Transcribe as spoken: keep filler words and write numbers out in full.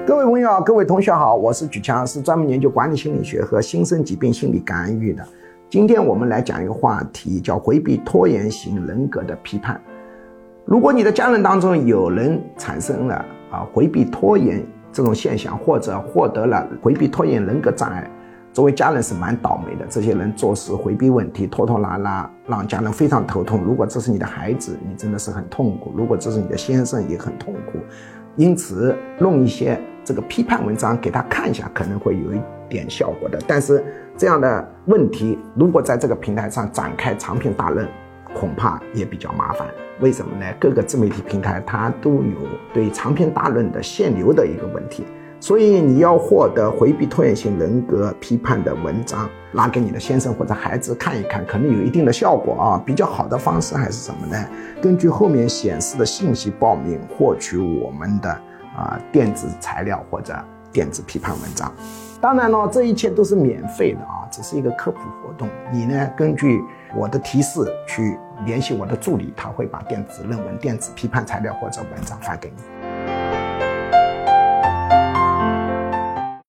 各位朋友，各位同学好，我是举强，是专门研究管理心理学和新生疾病心理干预的。今天我们来讲一个话题，叫回避拖延型人格的批判。如果你的家人当中有人产生了啊回避拖延这种现象，或者获得了回避拖延人格障碍，作为家人是蛮倒霉的。这些人做事回避问题，拖拖拉拉，让家人非常头痛。如果这是你的孩子，你真的是很痛苦；如果这是你的先生，也很痛苦。因此弄一些这个批判文章给他看一下，可能会有一点效果的。但是这样的问题如果在这个平台上展开长篇大论，恐怕也比较麻烦。为什么呢？各个自媒体平台它都有对长篇大论的限流的一个问题，所以你要获得回避拖延型人格批判的文章，拿给你的先生或者孩子看一看，可能有一定的效果啊。比较好的方式还是什么呢？根据后面显示的信息报名，获取我们的啊电子材料或者电子批判文章。当然了，这一切都是免费的啊，只是一个科普活动。你呢，根据我的提示去联系我的助理，他会把电子论文、电子批判材料或者文章发给你。